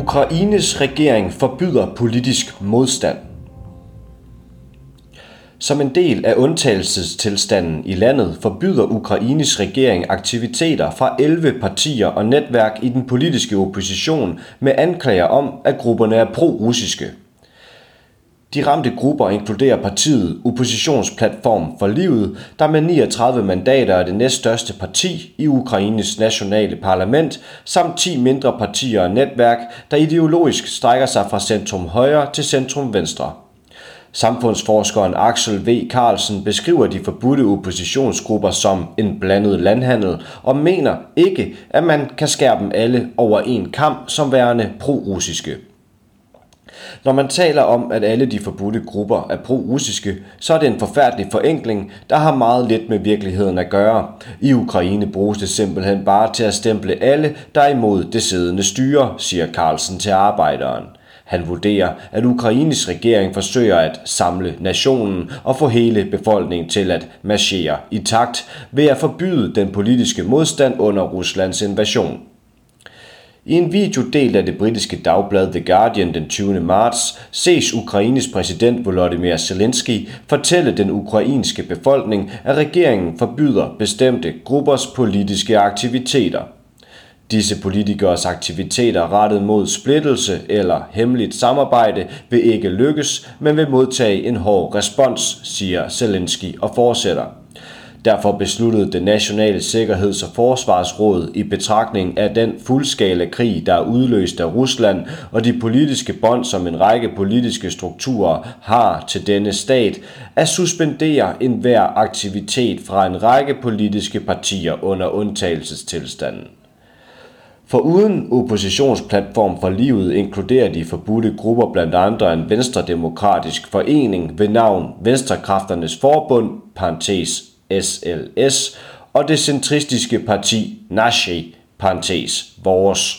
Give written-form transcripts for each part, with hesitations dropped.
Ukraines regering forbyder politisk modstand. Som en del af undtagelsestilstanden i landet forbyder Ukraines regering aktiviteter fra 11 partier og netværk i den politiske opposition med anklager om, at grupperne er pro-russiske. De ramte grupper inkluderer partiet Oppositionsplatform for Livet, der med 39 mandater er det næststørste parti i Ukraines nationale parlament, samt 10 mindre partier og netværk, der ideologisk strækker sig fra centrum højre til centrum venstre. Samfundsforskeren Axel V. Carlsen beskriver de forbudte oppositionsgrupper som en blandet landhandel og mener ikke, at man kan skære dem alle over en kam som værende pro-russiske. Når man taler om, at alle de forbudte grupper er pro-russiske, så er det en forfærdelig forenkling, der har meget lidt med virkeligheden at gøre. I Ukraine bruges det simpelthen bare til at stemple alle, der er imod det siddende styre, siger Carlsen til Arbejderen. Han vurderer, at Ukraines regering forsøger at samle nationen og få hele befolkningen til at marchere i takt ved at forbyde den politiske modstand under Ruslands invasion. I en video delt af det britiske dagblad The Guardian den 20. marts ses Ukraines præsident Volodymyr Zelensky fortælle den ukrainske befolkning, at regeringen forbyder bestemte gruppers politiske aktiviteter. Disse politikers aktiviteter rettet mod splittelse eller hemmeligt samarbejde vil ikke lykkes, men vil modtage en hård respons, siger Zelensky og fortsætter. Derfor besluttede det Nationale Sikkerheds- og Forsvarsråd i betragtning af den fuldskala krig, der er udløst af Rusland og de politiske bånd, som en række politiske strukturer har til denne stat, at suspendere enhver aktivitet fra en række politiske partier under undtagelsestilstanden. Foruden Oppositionsplatform for Livet inkluderer de forbudte grupper blandt andre en Venstredemokratisk forening ved navn Venstrekræfternes Forbund, SLS, og det centristiske parti Nashi, vores.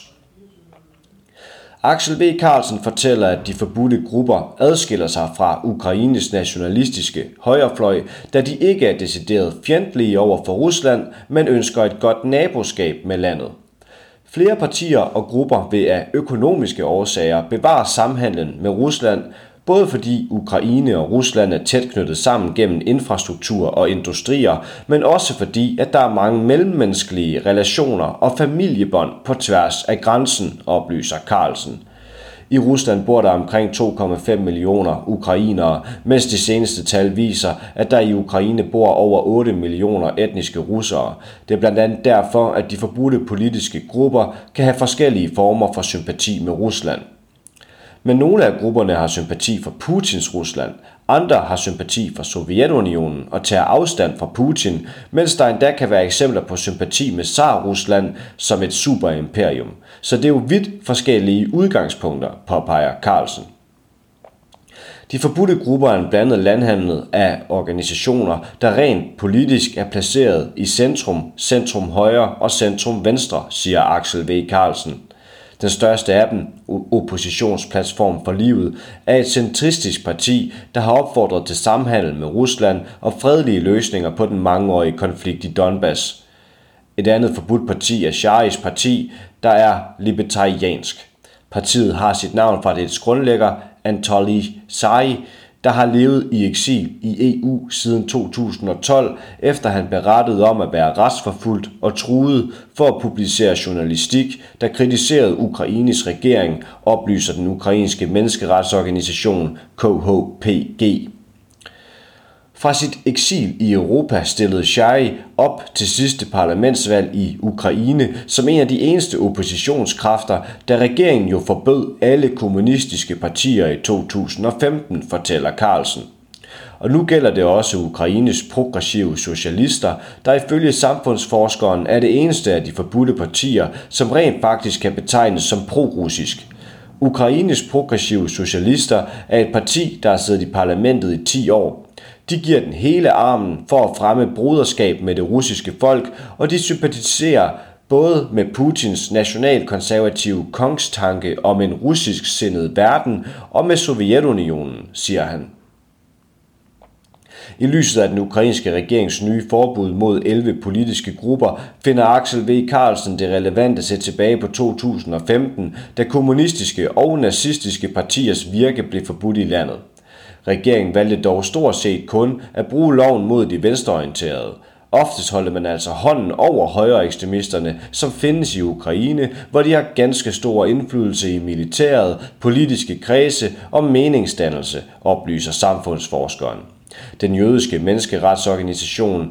Axel V. Carlsen fortæller, at de forbudte grupper adskiller sig fra Ukraines nationalistiske højrefløj, da de ikke er decideret fjendtlige over for Rusland, men ønsker et godt naboskab med landet. Flere partier og grupper vil af økonomiske årsager bevare samhandlen med Rusland, både fordi Ukraine og Rusland er tæt knyttet sammen gennem infrastruktur og industrier, men også fordi, at der er mange mellemmenneskelige relationer og familiebånd på tværs af grænsen, oplyser Carlsen. I Rusland bor der omkring 2,5 millioner ukrainere, mens de seneste tal viser, at der i Ukraine bor over 8 millioner etniske russere. Det er blandt andet derfor, at de forbudte politiske grupper kan have forskellige former for sympati med Rusland. Men nogle af grupperne har sympati for Putins Rusland, andre har sympati for Sovjetunionen og tager afstand fra Putin, mens der endda kan være eksempler på sympati med Tsar-Rusland som et superimperium. Så det er jo vidt forskellige udgangspunkter, påpeger Carlsen. De forbudte grupper er en blandet landhandel af organisationer, der rent politisk er placeret i centrum højre og centrum venstre, siger Axel V. Carlsen. Den største af dem, Oppositionsplatform for Livet, er et centristisk parti, der har opfordret til samhandel med Rusland og fredelige løsninger på den mangeårige konflikt i Donbass. Et andet forbudt parti er Sharis parti, der er libertariansk. Partiet har sit navn fra dets grundlægger, Anatoly Shary, der har levet i eksil i EU siden 2012, efter han berettede om at være retsforfulgt og truet for at publicere journalistik, der kritiserede Ukraines regering, oplyser den ukrainske menneskeretsorganisation KHPG. Fra sit eksil i Europa stillede Shary op til sidste parlamentsvalg i Ukraine som en af de eneste oppositionskræfter, da regeringen jo forbød alle kommunistiske partier i 2015, fortæller Carlsen. Og nu gælder det også Ukraines progressive socialister, der ifølge samfundsforskeren er det eneste af de forbudte partier, som rent faktisk kan betegnes som pro-russisk. Ukraines progressive socialister er et parti, der har siddet i parlamentet i 10 år. De giver den hele armen for at fremme broderskab med det russiske folk, og de sympatiserer både med Putins nationalkonservative kongstanke om en russisk sindet verden og med Sovjetunionen, siger han. I lyset af den ukrainske regerings nye forbud mod 11 politiske grupper, finder Axel V. Carlsen det relevant at se tilbage på 2015, da kommunistiske og nazistiske partiers virke blev forbudt i landet. Regeringen valgte dog stort set kun at bruge loven mod de venstreorienterede. Oftest holder man altså hånden over højre ekstremisterne, som findes i Ukraine, hvor de har ganske stor indflydelse i militæret, politiske kredse og meningsdannelse, oplyser samfundsforskeren. Den jødiske menneskeretsorganisation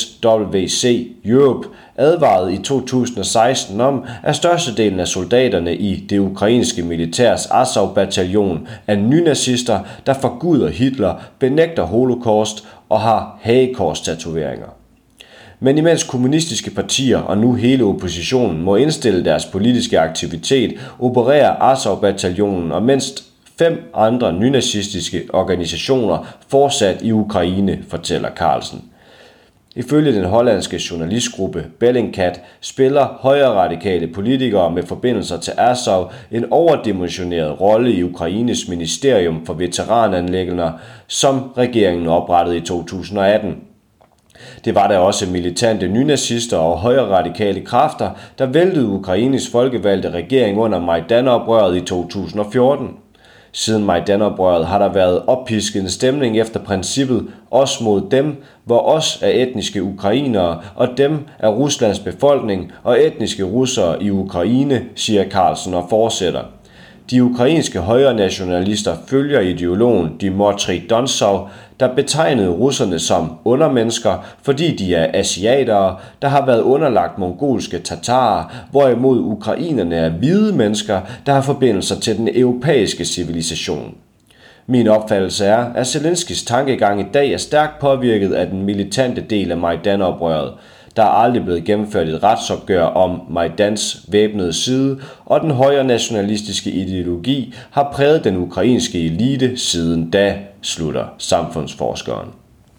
SWC Europe advarede i 2016 om, at størstedelen af soldaterne i det ukrainske militærs Azov-bataljon er nynazister, der forguder Hitler, benægter holocaust og har hagekors-tatoveringer. Men imens kommunistiske partier og nu hele oppositionen må indstille deres politiske aktivitet, opererer Azov-bataljonen og mindst 5 andre nynazistiske organisationer fortsat i Ukraine, fortæller Carlsen. Ifølge den hollandske journalistgruppe Bellingcat spiller højreradikale politikere med forbindelser til Azov en overdimensioneret rolle i Ukraines ministerium for veterananliggender, som regeringen oprettede i 2018. Det var der også militante nynazister og højreradikale kræfter, der væltede Ukraines folkevalgte regering under Majdan-oprøret i 2014. Siden Majdan-oprøret har der været oppiskende stemning efter princippet os mod dem, hvor os er etniske ukrainere, og dem er Ruslands befolkning og etniske russere i Ukraine, siger Carlsen og fortsætter. De ukrainske højrenationalister følger ideologen Dmytro Dontsov, der betegnede russerne som undermennesker, fordi de er asiatere, der har været underlagt mongolske tatarer, hvorimod ukrainerne er hvide mennesker, der har forbindelser til den europæiske civilisation. Min opfattelse er, at Zelenskys tankegang i dag er stærkt påvirket af den militante del af Majdan-oprøret. Der er aldrig blevet gennemført et retsopgør om Majdans væbnede side, og den højre nationalistiske ideologi har præget den ukrainske elite siden da, slutter samfundsforskeren.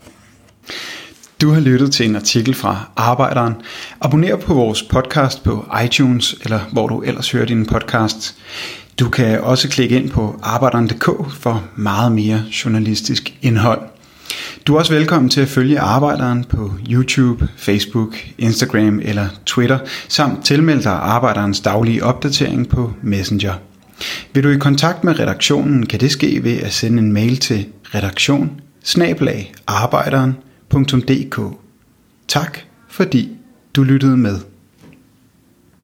Du har lyttet til en artikel fra Arbejderen. Abonner på vores podcast på iTunes, eller hvor du ellers hører din podcast. Du kan også klikke ind på arbejderen.dk for meget mere journalistisk indhold. Du er også velkommen til at følge Arbejderen på YouTube, Facebook, Instagram eller Twitter, samt tilmelde dig Arbejderens daglige opdatering på Messenger. Vil du i kontakt med redaktionen, kan det ske ved at sende en mail til redaktion@arbejderen.dk. Tak fordi du lyttede med.